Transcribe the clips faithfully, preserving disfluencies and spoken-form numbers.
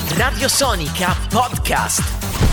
Radiosonica Podcast.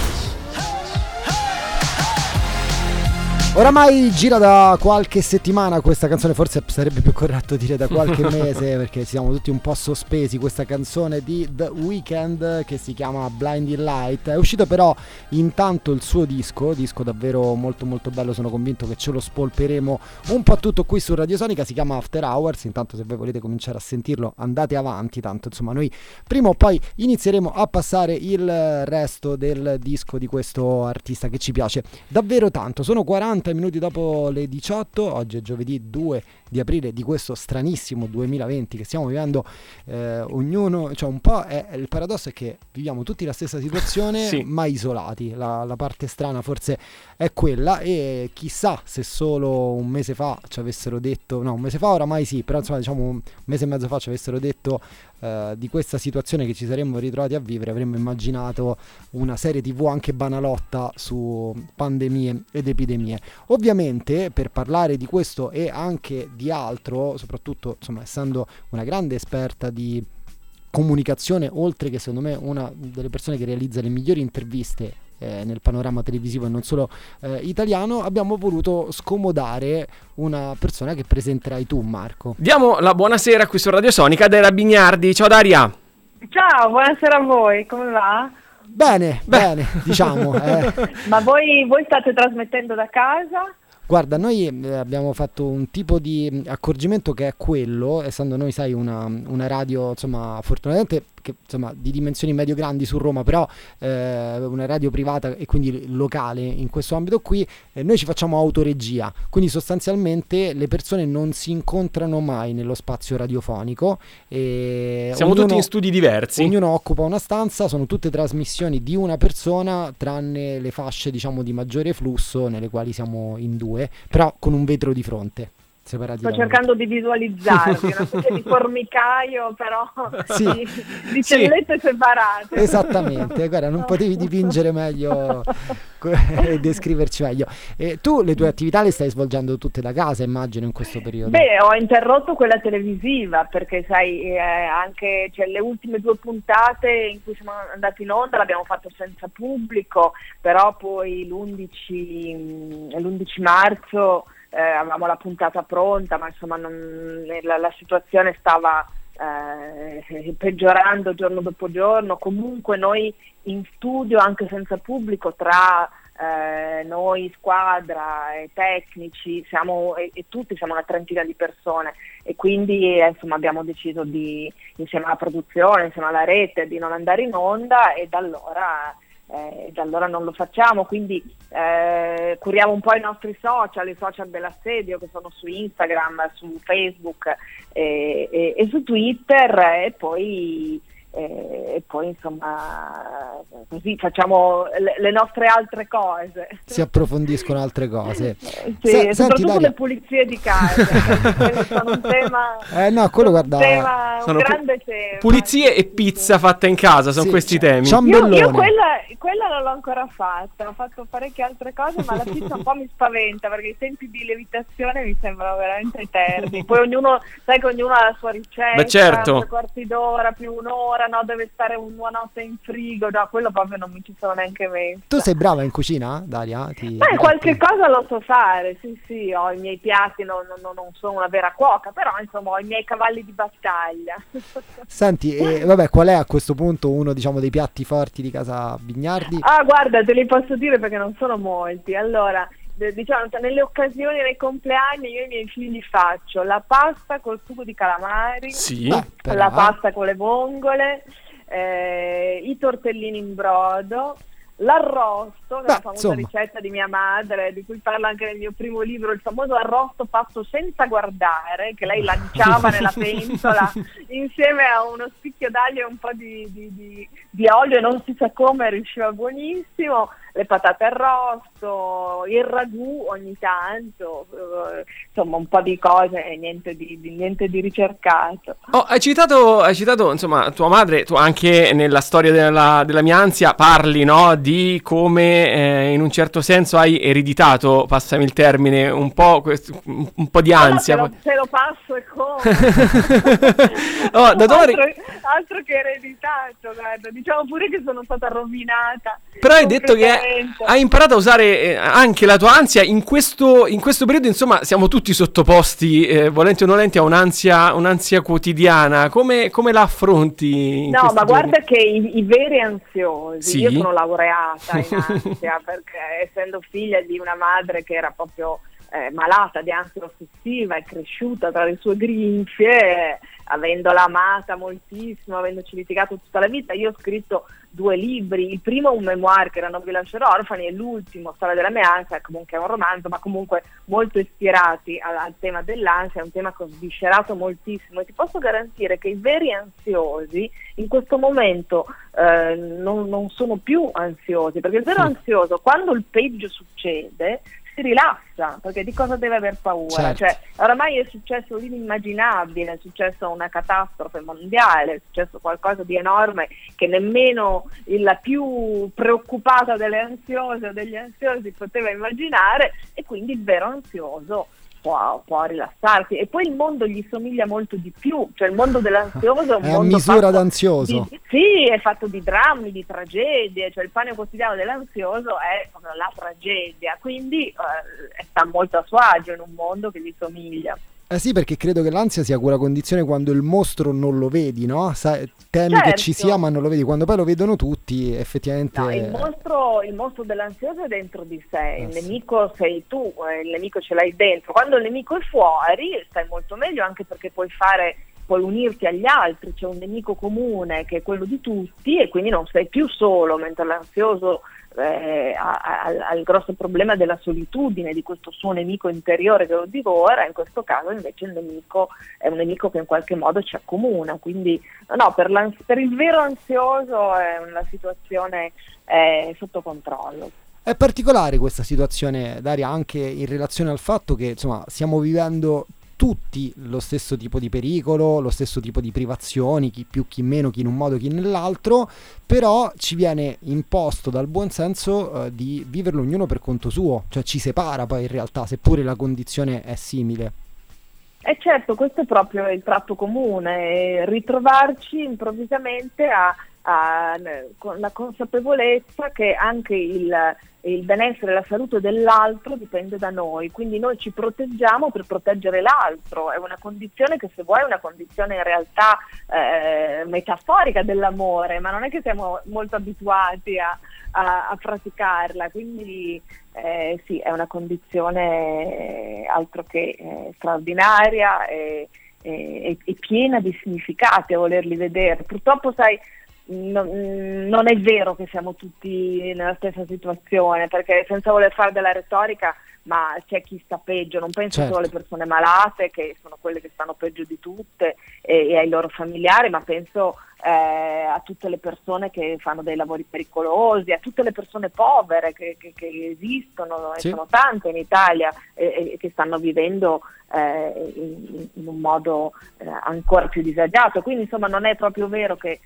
Oramai gira da qualche settimana questa canzone, forse sarebbe più corretto dire da qualche mese, perché siamo tutti un po' sospesi. Questa canzone di The Weeknd che si chiama Blinding Light. È uscito però intanto il suo disco, disco davvero molto molto bello, sono convinto che ce lo spolperemo un po' tutto qui su Radiosonica, si chiama After Hours. Intanto se voi volete cominciare a sentirlo andate avanti, tanto insomma noi prima o poi inizieremo a passare il resto del disco di questo artista che ci piace davvero tanto. Sono quaranta minuti dopo le diciotto, oggi è giovedì due di aprile di questo stranissimo duemilaventi che stiamo vivendo, eh, ognuno, cioè un po' è, è il paradosso è che viviamo tutti la stessa situazione, sì, ma isolati. La, la parte strana forse è quella, e chissà se solo un mese fa ci avessero detto, no un mese fa oramai sì, però insomma diciamo un mese e mezzo fa ci avessero detto Uh, di questa situazione che ci saremmo ritrovati a vivere, avremmo immaginato una serie tv anche banalotta su pandemie ed epidemie. Ovviamente per parlare di questo e anche di altro, soprattutto insomma essendo una grande esperta di comunicazione, oltre che secondo me una delle persone che realizza le migliori interviste eh, nel panorama televisivo e non solo eh, italiano, abbiamo voluto scomodare una persona che presenterai tu, Marco. Diamo la buonasera qui su Radiosonica ad Daria Bignardi. Ciao Daria. Ciao, buonasera a voi, come va? Bene, Beh. bene, diciamo. Eh. Ma voi, voi state trasmettendo da casa? Guarda, noi abbiamo fatto un tipo di accorgimento che è quello, essendo noi, sai, una, una radio, insomma, fortunatamente che, insomma, di dimensioni medio-grandi su Roma, però eh, una radio privata e quindi locale in questo ambito qui, eh, noi ci facciamo autoregia, quindi sostanzialmente le persone non si incontrano mai nello spazio radiofonico. E siamo ognuno, tutti in studi diversi. Ognuno occupa una stanza, sono tutte trasmissioni di una persona, tranne le fasce, diciamo, di maggiore flusso, nelle quali siamo in due, però con un vetro di fronte. Sto cercando di visualizzarvi, una specie di formicaio, però sì, di, di cellette sì. separate. Esattamente, guarda, non potevi dipingere meglio e descriverci meglio. E tu le tue attività le stai svolgendo tutte da casa, immagino, in questo periodo? Beh, ho interrotto quella televisiva, perché sai, eh, anche cioè, le ultime due puntate in cui siamo andati in onda l'abbiamo fatto senza pubblico, però poi l'undici, l'undici marzo Eh, avevamo la puntata pronta, ma insomma non, la, la situazione stava eh, peggiorando giorno dopo giorno. Comunque noi in studio, anche senza pubblico, tra eh, noi squadra e tecnici siamo, e, e tutti siamo una trentina di persone, e quindi eh, insomma abbiamo deciso di, insieme alla produzione, insieme alla rete, di non andare in onda, e da allora Eh, da allora non lo facciamo, quindi eh, curiamo un po' i nostri social, i social dell'assedio, che sono su Instagram, su Facebook e, e, e su Twitter, e poi e poi insomma così facciamo le, le nostre altre cose, si approfondiscono altre cose. Sì, Se, soprattutto senti, le pulizie di casa, quello sono un tema eh no quello guarda un, tema, sono un grande pu- tema pulizie e pizza fatta in casa, sono sì, questi temi. Io, io quella, quella non l'ho ancora fatta, ho fatto parecchie altre cose, ma la pizza un po' mi spaventa, perché i tempi di lievitazione mi sembrano veramente eterni. Poi ognuno, sai che ognuno ha la sua ricetta. Beh, certo. Tre quarti d'ora più un'ora, no, deve stare una notte in frigo, no, quello proprio non mi ci sono neanche messa. Tu sei brava in cucina, Daria? Ti Beh, qualche cosa lo so fare, sì sì, ho i miei piatti, non, non, non sono una vera cuoca, però insomma ho i miei cavalli di battaglia. Senti, eh, vabbè, qual è a questo punto uno, diciamo, dei piatti forti di casa Bignardi? Ah, guarda, te li posso dire perché non sono molti. Allora, diciamo, nelle occasioni, nei compleanni, io e i miei figli faccio la pasta col sugo di calamari, sì, Beh, la pasta con le vongole, eh, i tortellini in brodo, l'arrosto, che è la famosa insomma. ricetta di mia madre, di cui parlo anche nel mio primo libro, il famoso arrosto fatto senza guardare, che lei lanciava nella pentola insieme a uno spicchio d'aglio e un po' di, di, di, di olio, e non si sa come riusciva buonissimo. le patate arrosto, il ragù ogni tanto, eh, insomma un po' di cose e niente di, di, niente di ricercato. Oh, hai citato, hai citato insomma tua madre, tu anche nella storia della, della mia ansia parli, no, di come eh, in un certo senso hai ereditato, passami il termine, un po', questo, un, un po' di ansia. No, se, lo, se lo passo e come. Oh, da dove... altro, altro che ereditato, guarda. Diciamo pure che sono stata rovinata. Però hai detto che hai imparato a usare eh, anche la tua ansia in questo, in questo periodo, insomma siamo tutti sottoposti, eh, volenti o nolenti, a un'ansia, un'ansia quotidiana. Come, come la affronti in No, ma giorni? guarda che i, i veri ansiosi, Sì? io sono laureata in ansia perché essendo figlia di una madre che era proprio eh, malata di ansia ossessiva e cresciuta tra le sue grinfie, eh, avendola amata moltissimo, avendoci litigato tutta la vita, io ho scritto due libri, il primo un memoir che era Non vi lascerò orfani e l'ultimo Storia della mia ansia, comunque è un romanzo ma comunque molto ispirati al, al tema dell'ansia, è un tema che ho sviscerato moltissimo e ti posso garantire che i veri ansiosi in questo momento eh, non, non sono più ansiosi, perché il vero ansioso quando il peggio succede si rilassa, perché di cosa deve aver paura? Certo. Cioè, oramai è successo l'inimmaginabile, è successo una catastrofe mondiale, è successo qualcosa di enorme che nemmeno la più preoccupata delle ansiose o degli ansiosi poteva immaginare, e quindi il vero ansioso può, può rilassarsi, e poi il mondo gli somiglia molto di più, cioè il mondo dell'ansioso è un è a mondo misura fatto d'ansioso. di, sì, è fatto di drammi, di tragedie, cioè il pane quotidiano dell'ansioso è proprio la tragedia, quindi eh, sta molto a suo agio in un mondo che gli somiglia. Eh sì, perché credo che l'ansia sia quella condizione quando il mostro non lo vedi, no? Sai, temi Certo. che ci sia ma non lo vedi, quando poi lo vedono tutti effettivamente... No, il mostro, il mostro dell'ansioso è dentro di sé, il Eh sì. nemico sei tu, eh, il nemico ce l'hai dentro. Quando il nemico è fuori stai molto meglio, anche perché puoi fare, puoi unirti agli altri, c'è un nemico comune che è quello di tutti e quindi non sei più solo, mentre l'ansioso eh, ha, ha, ha il grosso problema della solitudine, di questo suo nemico interiore che lo divora. In questo caso invece il nemico è un nemico che in qualche modo ci accomuna, quindi no, per, per il vero ansioso è una situazione eh, sotto controllo. È particolare questa situazione, Daria, anche in relazione al fatto che insomma stiamo vivendo tutti lo stesso tipo di pericolo, lo stesso tipo di privazioni, chi più chi meno, chi in un modo chi nell'altro, però ci viene imposto dal buon senso eh, di viverlo ognuno per conto suo, cioè ci separa poi in realtà, seppure la condizione è simile. E certo, questo è proprio il tratto comune, ritrovarci improvvisamente a, a, con la consapevolezza che anche il il benessere e la salute dell'altro dipende da noi, quindi noi ci proteggiamo per proteggere l'altro. È una condizione che, se vuoi, è una condizione in realtà eh, metaforica dell'amore, ma non è che siamo molto abituati a, a, a praticarla, quindi eh, sì, è una condizione altro che eh, straordinaria e, e, e piena di significati a volerli vedere. Purtroppo, sai, Non, non è vero che siamo tutti nella stessa situazione, perché senza voler fare della retorica, ma c'è chi sta peggio, non penso certo. solo alle persone malate, che sono quelle che stanno peggio di tutte, e, e ai loro familiari, ma penso eh, a tutte le persone che fanno dei lavori pericolosi, a tutte le persone povere che, che, che esistono, sì. e sono tante in Italia, e, e che stanno vivendo eh, in, in un modo eh, ancora più disagiato. Quindi insomma non è proprio vero che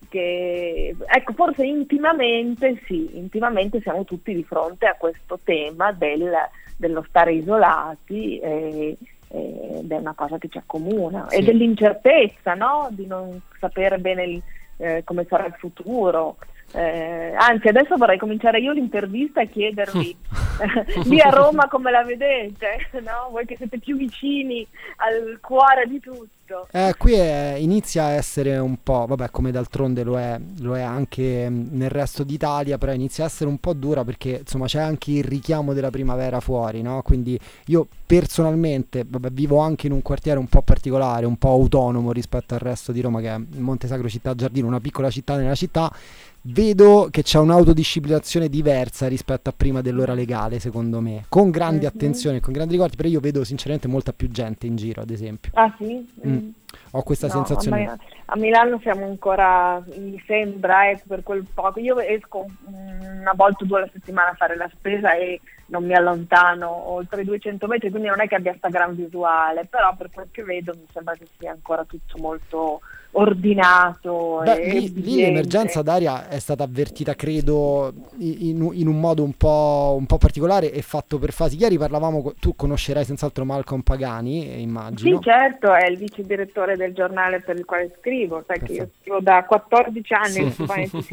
che ecco, forse intimamente sì, intimamente siamo tutti di fronte a questo tema del, dello stare isolati, e, ed è una cosa che ci accomuna, sì. E dell'incertezza, no? Di non sapere bene il, eh, come sarà il futuro. Eh, anzi, adesso vorrei cominciare io l'intervista e chiedervi lì a Roma come la vedete, no? Voi che siete più vicini al cuore di tutto. Eh, qui è, inizia a essere un po', vabbè, come d'altronde lo è, lo è anche nel resto d'Italia, però inizia a essere un po' dura perché insomma c'è anche il richiamo della primavera fuori, no? Quindi io personalmente, vabbè, vivo anche in un quartiere un po' particolare, un po' autonomo rispetto al resto di Roma, che è Montesacro Città Giardino, una piccola città nella città. Vedo che c'è un'autodisciplinazione diversa rispetto a prima dell'ora legale, secondo me, con grandi Mm-hmm. attenzioni, con grandi ricordi, però io vedo sinceramente molta più gente in giro, ad esempio. Ah sì? Mm. Ho questa No, sensazione. ma a Milano siamo ancora, mi sembra, eh, per quel poco. Io esco una volta o due alla settimana a fare la spesa e non mi allontano oltre i duecento metri, quindi non è che abbia sta gran visuale, però per quel che vedo mi sembra che sia ancora tutto molto ordinato. Beh, e lì, lì l'emergenza d'aria è stata avvertita, credo, in, in un modo un po', un po' particolare e fatto per fasi. Ieri parlavamo, tu conoscerai senz'altro Malcolm Pagani, immagino. Sì, certo, è il vice direttore del giornale per il quale scrivo, sai che io scrivo da quattordici anni, sì.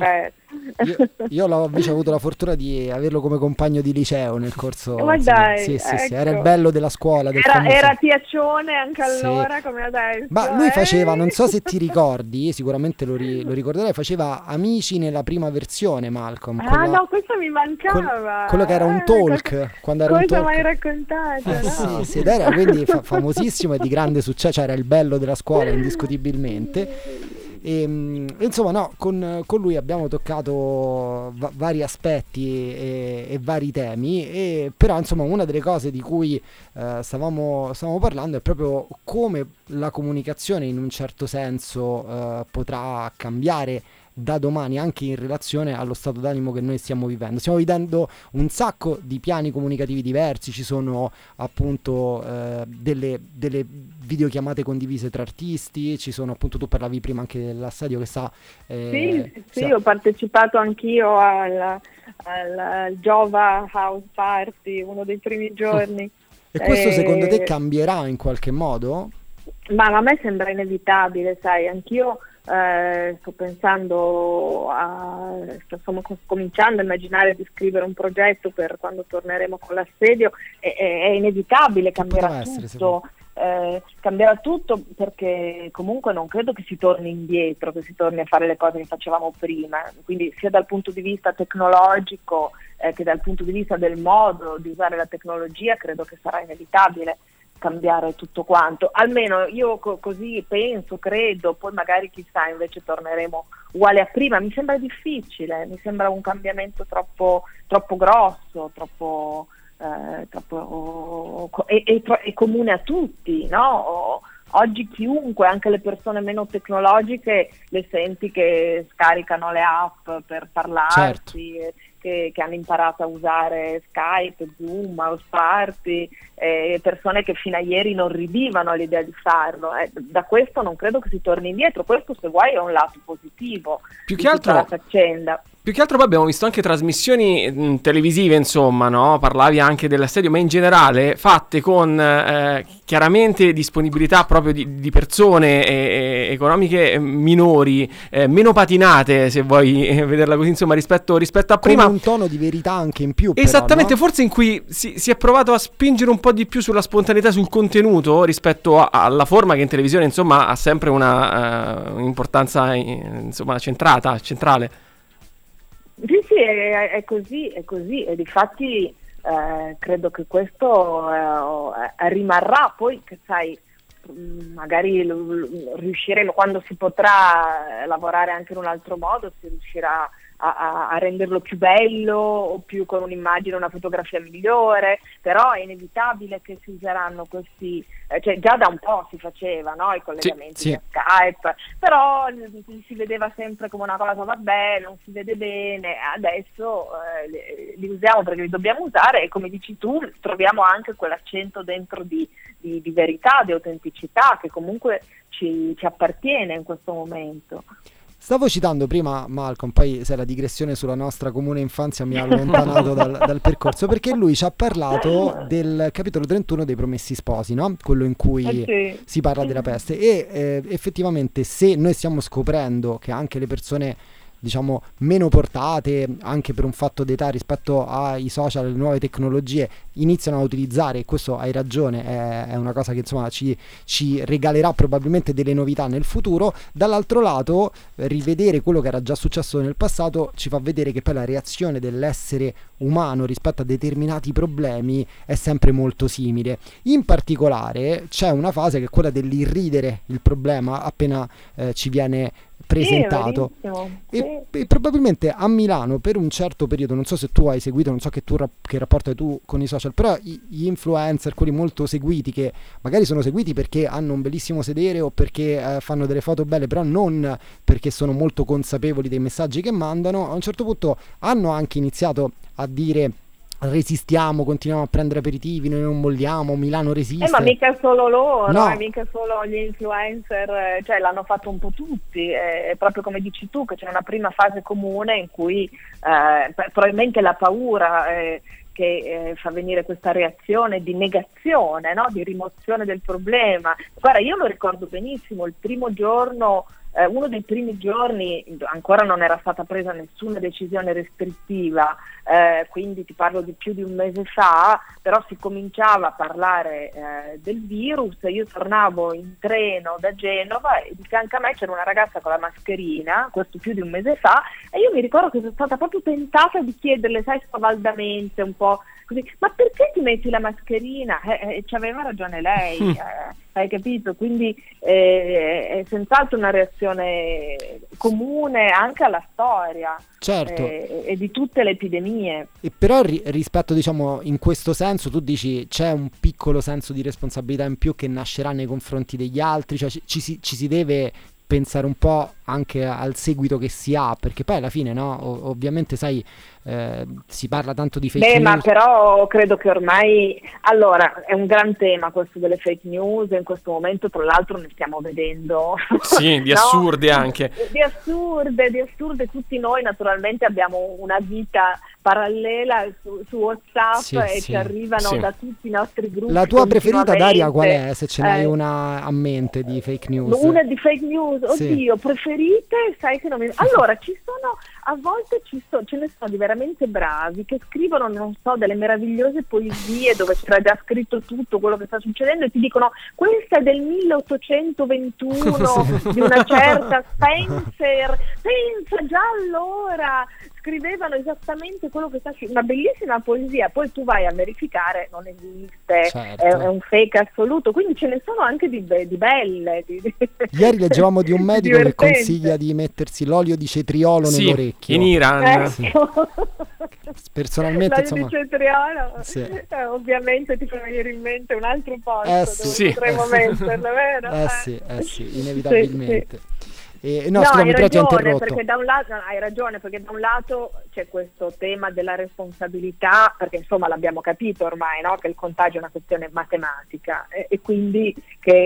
io, io l'ho invece avuto la fortuna di averlo come compagno di liceo nel corso. Ma dai, sì, sì, ecco. sì, era il bello della scuola. Del era, famoso... era Tiaccione anche allora, sì. come adesso. Ma lui eh? faceva, non so se ti ricordi, sicuramente lo, ri, lo ricorderai, faceva Amici nella prima versione, Malcolm. Ah quella, no, questo mi mancava. Quel, quello che era un talk. Eh, quando era cosa un talk. mai raccontato? Eh, no? sì, sì, ed era quindi fa- famosissimo e di grande successo, cioè era il bello della scuola indiscutibilmente. E, insomma, no, con, con lui abbiamo toccato va- vari aspetti e, e vari temi, e, però insomma una delle cose di cui eh, stavamo, stavamo parlando è proprio come la comunicazione in un certo senso eh, potrà cambiare da domani anche in relazione allo stato d'animo che noi stiamo vivendo. Stiamo vivendo un sacco di piani comunicativi diversi, ci sono appunto eh, delle, delle videochiamate condivise tra artisti, ci sono appunto, tu parlavi prima anche dell'assedio che sta... Eh, sì, sì, sa- sì, ho partecipato anch'io al, al, al Jova House Party, uno dei primi giorni. E questo eh, secondo te cambierà in qualche modo? Ma a me sembra inevitabile, sai, anch'io eh, sto pensando a, sto cominciando a immaginare di scrivere un progetto per quando torneremo con l'assedio, e, e, è inevitabile, cambierà essere, tutto, eh, cambierà tutto perché comunque non credo che si torni indietro, che si torni a fare le cose che facevamo prima, quindi sia dal punto di vista tecnologico eh, che dal punto di vista del modo di usare la tecnologia credo che sarà inevitabile cambiare tutto quanto, almeno io co- così penso, credo, poi magari chissà invece torneremo uguali a prima, mi sembra difficile, mi sembra un cambiamento troppo, troppo grosso, troppo, eh, troppo e, e, e comune a tutti, no? Oggi chiunque, anche le persone meno tecnologiche, le senti che scaricano le app per parlarsi, certo. Che, che hanno imparato a usare Skype, Zoom, House Party, eh, persone che fino a ieri non ridivano all'idea di farlo. Eh, da questo non credo che si torni indietro, questo se vuoi è un lato positivo più di che altro tutta la faccenda. Più che altro poi abbiamo visto anche trasmissioni mh, televisive, insomma, no? Parlavi anche dell'assedio, ma in generale fatte con eh, chiaramente disponibilità proprio di, di persone e, e, economiche minori, eh, meno patinate, se vuoi eh, vederla così, insomma, rispetto, rispetto a prima. Con un tono di verità anche in più. Esattamente, però, no? Forse in cui si, si è provato a spingere un po' di più sulla spontaneità, sul contenuto, rispetto a, alla forma che in televisione, insomma, ha sempre una uh, un'importanza, insomma, centrata, centrale. Sì, sì, è, è così, è così, e difatti eh, credo che questo eh, rimarrà, poi che sai, magari l- l- riusciremo, quando si potrà lavorare anche in un altro modo, si riuscirà a, a, a renderlo più bello o più con un'immagine, una fotografia migliore, però è inevitabile che si useranno questi, eh, cioè già da un po' si faceva, no? I collegamenti sì, sì. via Skype, però si vedeva sempre come una cosa, vabbè, non si vede bene, adesso eh, li, li usiamo perché li dobbiamo usare, e come dici tu troviamo anche quell'accento dentro di, di, di verità, di autenticità che comunque ci, ci appartiene in questo momento. Stavo citando prima Malcolm, poi se la digressione sulla nostra comune infanzia mi ha allontanato dal, dal percorso, perché lui ci ha parlato del capitolo trentuno dei Promessi Sposi, no? Quello in cui eh sì. si parla della peste, e eh, effettivamente se noi stiamo scoprendo che anche le persone, diciamo, meno portate anche per un fatto d'età rispetto ai social, alle nuove tecnologie, iniziano a utilizzare, e questo hai ragione, è, è una cosa che insomma ci, ci regalerà probabilmente delle novità nel futuro. Dall'altro lato, rivedere quello che era già successo nel passato ci fa vedere che poi la reazione dell'essere umano rispetto a determinati problemi è sempre molto simile. In particolare c'è una fase che è quella dell'irridere il problema appena eh, ci viene presentato. Sì, e, sì. e probabilmente a Milano per un certo periodo, non so se tu hai seguito, non so che, tu, che rapporto hai tu con i social, però gli influencer, quelli molto seguiti, che magari sono seguiti perché hanno un bellissimo sedere o perché eh, fanno delle foto belle, però non perché sono molto consapevoli dei messaggi che mandano, a un certo punto hanno anche iniziato a dire: resistiamo, continuiamo a prendere aperitivi, noi non molliamo, Milano resiste. Eh, ma mica solo loro, no. eh, mica solo gli influencer, eh, cioè l'hanno fatto un po' tutti, eh, proprio come dici tu, che c'è una prima fase comune in cui eh, probabilmente la paura eh, che eh, fa venire questa reazione di negazione, no? Di rimozione del problema. Guarda, io lo ricordo benissimo, il primo giorno, eh, uno dei primi giorni, ancora non era stata presa nessuna decisione restrittiva, eh, quindi ti parlo di più di un mese fa, però si cominciava a parlare eh, del virus. Io tornavo in treno da Genova e di fianco a me c'era una ragazza con la mascherina, questo più di un mese fa, e io mi ricordo che sono stata proprio tentata di chiederle, sai, spavaldamente un po' così, ma perché ti metti la mascherina? Eh, eh, ci aveva ragione lei, eh, hai capito? Quindi eh, è senz'altro una reazione comune anche alla storia. Certo. Eh, e di tutte le epidemie. E però ri- rispetto, diciamo, in questo senso tu dici c'è un piccolo senso di responsabilità in più che nascerà nei confronti degli altri, cioè ci, ci, si, ci si deve pensare un po' anche al seguito che si ha, perché poi alla fine, no, o- ovviamente sai, eh, si parla tanto di fake Beh, news. ma però credo che ormai, allora, è un gran tema questo delle fake news, e in questo momento tra l'altro ne stiamo vedendo sì, di no? assurde anche di assurde, di assurde. Tutti noi naturalmente abbiamo una vita parallela su, su WhatsApp, Sì, e sì, ci arrivano sì. da tutti i nostri gruppi. La tua preferita, Daria, qual continuamente. è? Se ce n'hai Eh, una a mente di fake news. Una di fake news, oddio, Sì. preferite, sai che non mi... Allora, ci sono, a volte ci sono, ce ne sono di veramente bravi che scrivono, non so, delle meravigliose poesie dove c'era già scritto tutto quello che sta succedendo, e ti dicono: questa è del milleottocentoventuno di una certa Spencer, pensa, già allora scrivevano esattamente quello che sta succedendo, una bellissima poesia, poi tu vai a verificare, non esiste, Certo. è, è un fake assoluto, quindi ce ne sono anche di, be- di belle. Di, di Ieri leggevamo di un medico che divertente. consiglia di mettersi l'olio di cetriolo sì, nell'orecchio. in Iran Ecco. Personalmente, L'olio insomma, di cetriolo, sì. eh, ovviamente ti fa venire in mente un altro posto Eh, dove sì. potremmo metterlo, vero? eh sì, eh sì, inevitabilmente. Sì, E, no, no, scusami, hai però ti ho ragione, interrotto. perché da un lato, no, hai ragione, perché da un lato c'è questo tema della responsabilità, perché insomma l'abbiamo capito ormai, no? Che il contagio è una questione matematica, e, e quindi che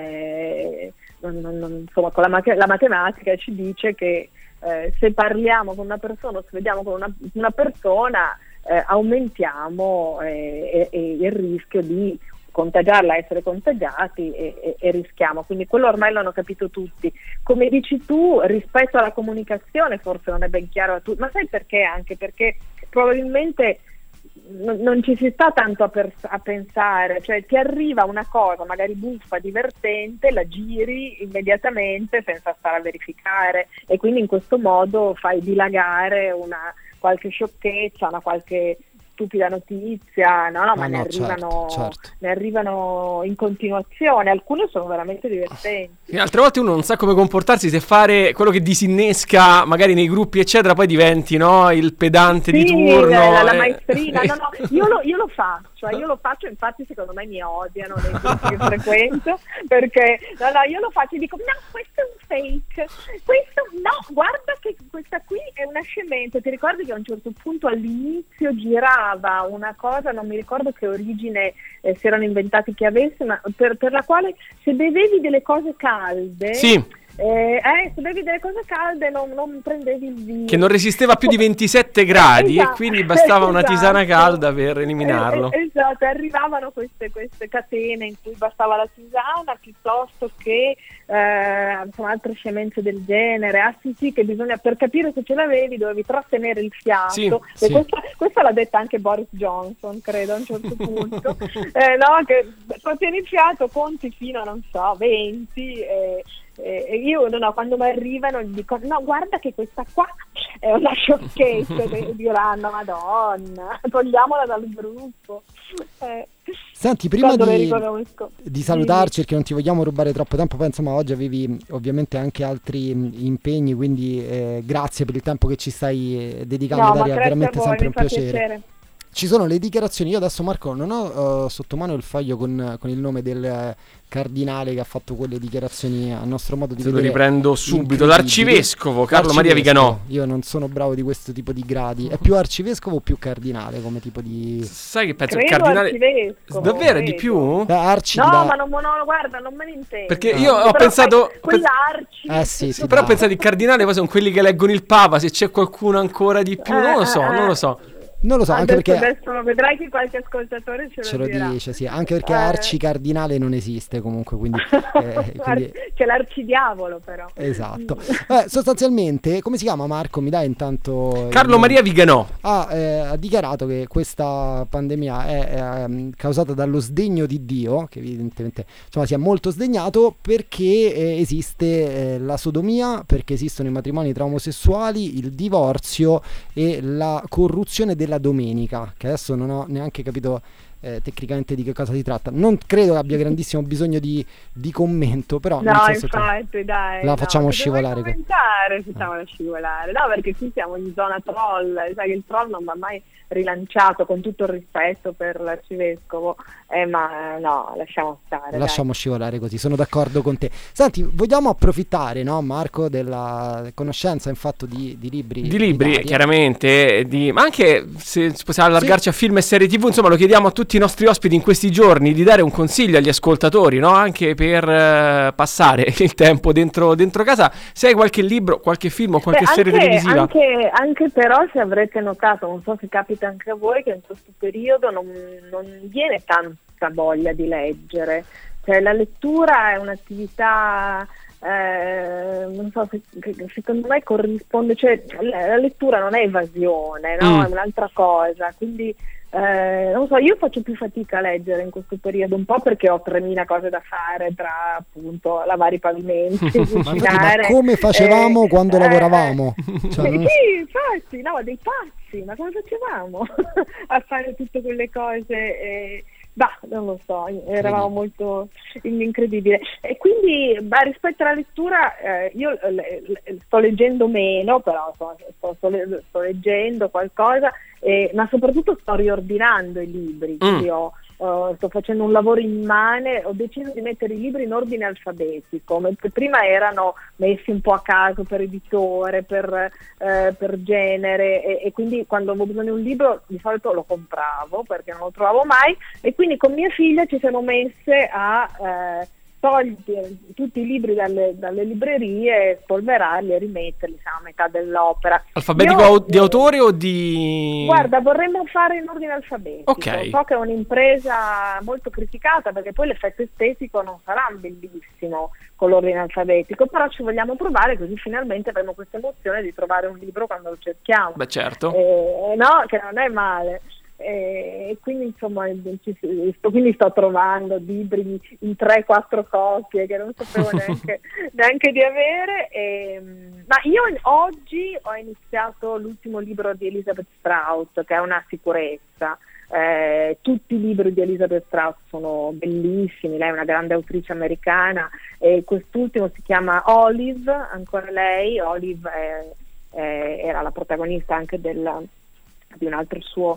eh, non, non, non, insomma, con la, mat- la matematica ci dice che eh, se parliamo con una persona o se vediamo con una, una persona eh, aumentiamo eh, e, e il rischio di contagiarla, essere contagiati, e, e, e rischiamo, quindi quello ormai l'hanno capito tutti. Come dici tu, rispetto alla comunicazione forse non è ben chiaro a tutti, ma sai perché? Anche perché probabilmente non, non ci si sta tanto a, per, a pensare, cioè ti arriva una cosa magari buffa, divertente, la giri immediatamente senza stare a verificare, e quindi in questo modo fai dilagare una qualche sciocchezza, una qualche stupida notizia, no, no, ma Ah, ne no, arrivano, certo, certo. ne arrivano in continuazione, alcune sono veramente divertenti. E altre volte uno non sa come comportarsi, se fare quello che disinnesca magari nei gruppi eccetera, poi diventi, no, il pedante Sì, di turno, la, la eh. maestrina, no, no, io lo, io lo faccio, io lo faccio, infatti secondo me mi odiano nei gruppi che frequento, perché no, no, io lo faccio e dico: no, questo è un fake, questo no, guarda che questa qui è una scemenza. Ti ricordi che a un certo punto all'inizio girava una cosa, non mi ricordo che origine eh, si erano inventati che avesse, ma per, per la quale se bevevi delle cose calde, Sì. Eh, eh, se bevi delle cose calde non, non prendevi il vino, Che non resisteva più di ventisette gradi, Esatto, e quindi bastava una tisana esatto. calda per eliminarlo. Eh, eh, esatto, arrivavano queste, queste catene in cui bastava la tisana piuttosto che eh, insomma, altre scemenze del genere. Ah sì sì, che bisogna, per capire se ce l'avevi dovevi trattenere il fiato. Sì, e sì. Questa, questa l'ha detta anche Boris Johnson, credo, a un certo punto. eh, no, che trattieni il fiato, conti fino a, non so, venti, e E io no, no, quando mi arrivano gli dico: no, guarda che questa qua è una sciocchezza, e diranno: Madonna, togliamola dal gruppo. Eh. Senti, prima di, di salutarci, sì. perché non ti vogliamo rubare troppo tempo, poi insomma oggi avevi ovviamente anche altri impegni, quindi eh, grazie per il tempo che ci stai dedicando, no, Daria, è veramente voi, sempre un piacere. piacere. Ci sono le dichiarazioni, io adesso Marco non ho uh, sotto mano il foglio con, con il nome del uh, cardinale che ha fatto quelle dichiarazioni a nostro modo di Te vedere. Lo riprendo subito, l'arcivescovo Carlo Maria Viganò. Io non sono bravo di questo tipo di gradi, è più arcivescovo o più cardinale come tipo di... Sai che penso Credo il cardinale... arcivescovo, Davvero è credo. di più? Beh, arci No, da... ma non, no, guarda, non me ne intendo. Perché No. io ho Però pensato... fai quell'arci. Eh sì, sì, Però ho dai. pensato il cardinale poi sono quelli che leggono il Papa, se c'è qualcuno ancora di più, non lo so, non lo so. Non lo so, anche adesso, perché adesso vedrai che qualche ascoltatore ce lo, ce lo dirà. dice, sì, anche perché Eh. arcicardinale non esiste comunque, quindi, eh, quindi... C'è l'arcidiavolo però. Esatto. Eh, sostanzialmente, come si chiama Marco? Mi dai intanto... Carlo il... Maria Viganò. Ha, eh, ha dichiarato che questa pandemia è, è um, causata dallo sdegno di Dio, che evidentemente insomma, si è molto sdegnato, perché eh, esiste eh, la sodomia, perché esistono i matrimoni tra omosessuali, il divorzio e la corruzione della domenica, che adesso non ho neanche capito eh, tecnicamente di che cosa si tratta. Non credo che abbia grandissimo bisogno di, di commento, però No, nel senso infatti, che dai. la no, facciamo se scivolare. vuoi commentare, facciamola scivolare. No, perché qui siamo in zona troll, sai che il troll non va mai rilanciato, con tutto il rispetto per l'arcivescovo, eh, ma no, lasciamo stare. Lasciamo dai. scivolare così, sono d'accordo con te. Senti, vogliamo approfittare, no, Marco, della conoscenza in fatto di, di libri? Di libri, Daria? chiaramente, di... ma anche se possiamo allargarci Sì. a film e serie tivù, insomma lo chiediamo a tutti i nostri ospiti in questi giorni di dare un consiglio agli ascoltatori, no? Anche per uh, passare il tempo dentro, dentro casa. Se hai qualche libro, qualche film o qualche Beh, serie anche, televisiva. Anche, anche però, se avrete notato, non so se capita anche a voi, che in questo periodo non, non viene tanta voglia di leggere. Cioè la lettura è un'attività, eh, non so, se, che secondo me corrisponde, cioè la, la lettura non è evasione, no? Mm. È un'altra cosa, quindi eh, non so, io faccio più fatica a leggere in questo periodo, un po' perché ho tremila cose da fare, tra appunto lavare i pavimenti, Ma, infatti, cucinare. ma come facevamo eh, quando eh, lavoravamo? Cioè, sì, non- sì, infatti, no, dei pazzi, ma come facevamo a fare tutte quelle cose? Eh, bah, non lo so, eravamo molto incredibile. E quindi, bah, rispetto alla lettura, eh, io le, le, sto leggendo meno, però sto, sto, sto, sto leggendo qualcosa, eh, ma soprattutto sto riordinando i libri, quindi Mm. ho Uh, sto facendo un lavoro immane, ho deciso di mettere i libri in ordine alfabetico, mentre prima erano messi un po' a caso per editore, per, eh, per genere, e, e quindi quando avevo bisogno di un libro di solito lo compravo perché non lo trovavo mai, e quindi con mia figlia ci siamo messe a eh, togliere tutti i libri dalle, dalle librerie, spolverarli e rimetterli a metà dell'opera. Alfabetico Io, au- di eh, autore o di... Guarda, vorremmo fare in ordine alfabetico. Ok. So che è un'impresa molto criticata perché poi l'effetto estetico non sarà bellissimo con l'ordine alfabetico, però ci vogliamo provare, così finalmente avremo questa emozione di trovare un libro quando lo cerchiamo. Beh, certo. Eh, no, che non è male. E quindi insomma ci, sto, quindi sto trovando libri in tre quattro copie che non sapevo neanche, neanche di avere, e, ma io oggi ho iniziato l'ultimo libro di Elizabeth Strout, che è una sicurezza. Eh, tutti i libri di Elizabeth Strout sono bellissimi, lei è una grande autrice americana, e quest'ultimo si chiama Olive, ancora lei. Olive è, è, era la protagonista anche del di un altro suo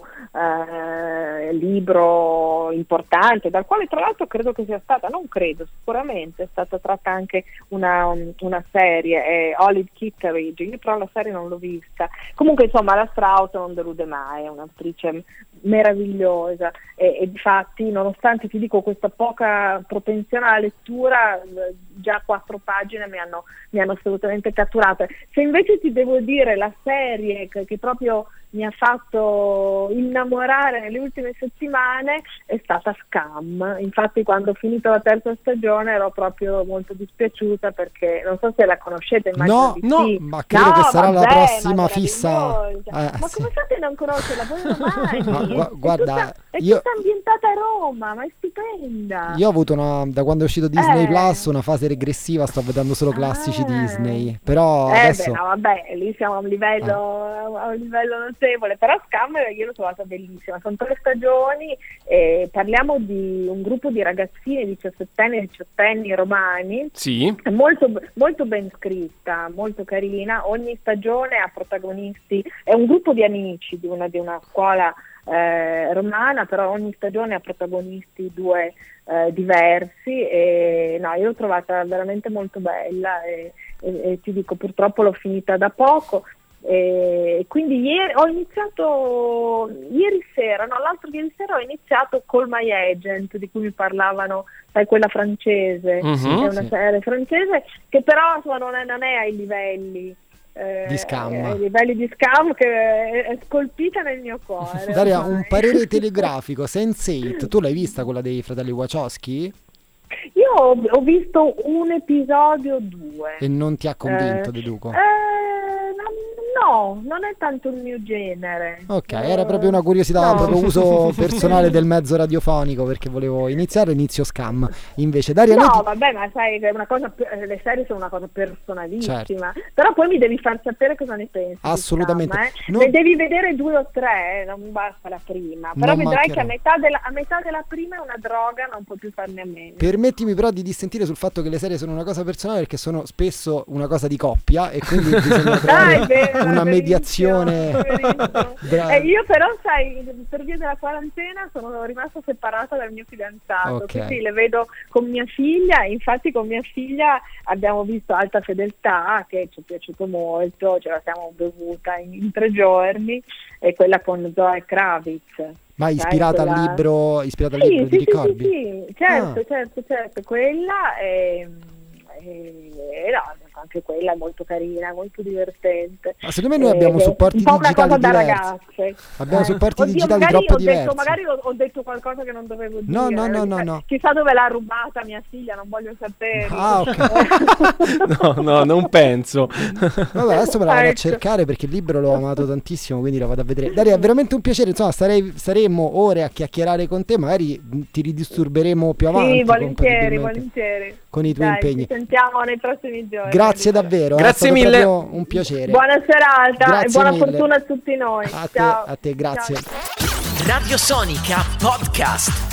eh, libro importante, dal quale tra l'altro credo che sia stata, non credo, sicuramente è stata tratta anche una, una serie, è Olive Kitteridge, io però la serie non l'ho vista. Comunque insomma la Strout non delude mai, è un'attrice meravigliosa, e, e difatti nonostante ti dico questa poca propensione alla lettura, già quattro pagine mi hanno, mi hanno assolutamente catturata. Se invece ti devo dire la serie che, che proprio mi ha fatto innamorare nelle ultime settimane è stata Scam. Infatti quando ho finito la terza stagione ero proprio molto dispiaciuta, perché non so se la conoscete, immagino No, di no, sì. ma credo No, che sarà vabbè, la prossima ma fissa. meravigliosa. Eh, ma sì. come fate che non conosce la Buona Domani? Ma, gu- guarda, è tutta, è io, tutta ambientata a Roma, ma è stupenda. Io ho avuto una, da quando è uscito Disney Eh. Plus, una fase regressiva, sto vedendo solo classici Ah. Disney. Però Eh adesso... beh, no, vabbè, lì siamo a un livello, a un livello notevole, però Scam io l'ho trovata bellissima, sono tre stagioni e parliamo di un gruppo di ragazzini diciassettenni e diciottenni romani, Sì. è molto, molto ben scritta, molto carina, ogni stagione ha protagonisti, è un gruppo di amici di una, di una scuola eh, romana, però ogni stagione ha protagonisti due eh, diversi e no, io l'ho trovata veramente molto bella e, e, e ti dico, purtroppo l'ho finita da poco. E quindi ieri ho iniziato ieri sera, no, l'altro ieri sera ho iniziato Call My Agent, di cui mi parlavano, sai, quella francese, Mhm. è una Sì. serie francese che però insomma, non, è, non è ai livelli eh, Di Scam. ai livelli di Scam, che è, è scolpita nel mio cuore. Daria, ormai. un parere telegrafico, sense eight, tu l'hai vista quella dei fratelli Wachowski? Io ho, ho visto un episodio due. E non ti ha convinto, Eh, deduco. Eh, no, non è tanto il mio genere. Ok, Eh, era proprio una curiosità, no. proprio uso personale del mezzo radiofonico, perché volevo iniziare, inizio Scam. Invece, Daria, noi No, ti- vabbè, ma sai, è una cosa, le serie sono una cosa personalissima, Certo. però poi mi devi far sapere cosa ne pensi. Assolutamente. Scam, eh. Non- Ne devi vedere due o tre, eh, non basta la prima, però Non vedrai che a mancherà. metà, della, a metà della prima è una droga, non puoi più farne a meno. Permettimi però di dissentire sul fatto che le serie sono una cosa personale, perché sono spesso una cosa di coppia e quindi bisogna Dai, trovare vero, una verissimo, mediazione. verissimo. Bra- Eh, io però, sai, per via della quarantena sono rimasta separata dal mio fidanzato, Ok. quindi le vedo con mia figlia, infatti con mia figlia abbiamo visto Alta Fedeltà, che ci è piaciuto molto, ce la siamo bevuta in, in tre giorni, e quella con Zoe Kravitz. Ma Sai, ispirata al quella- libro, ispirata al Sì, libro sì, di sì, Ricordi? sì, sì, certo, Ah. certo, certo, quella è, è- no, anche quella è molto carina, molto divertente. Ma secondo me noi abbiamo Ed è supporti un po' una digitali cosa da diversi. ragazze. Abbiamo Eh. supporti Oddio, digitali magari troppo ho detto, diversi. magari ho, ho detto qualcosa che non dovevo dire. No, no, no, no, Chissà- no. Chissà dove l'ha rubata mia figlia, non voglio sapere. Ah, ok. No, no, non penso. Vabbè, adesso me la vado a Ecco. cercare perché il libro l'ho amato tantissimo, quindi la vado a vedere. Daria, è veramente un piacere, insomma, starei, staremmo ore a chiacchierare con te, magari ti ridisturberemo più avanti. Sì, volentieri, compatibilmente volentieri. con i tuoi Dai, impegni. Ci sentiamo nei prossimi giorni. Grazie davvero, Grazie è stato mille. proprio un piacere. Buona serata Grazie e buona mille. fortuna a tutti noi. A te, Ciao. a te, grazie. Ciao. Radio Sonica Podcast.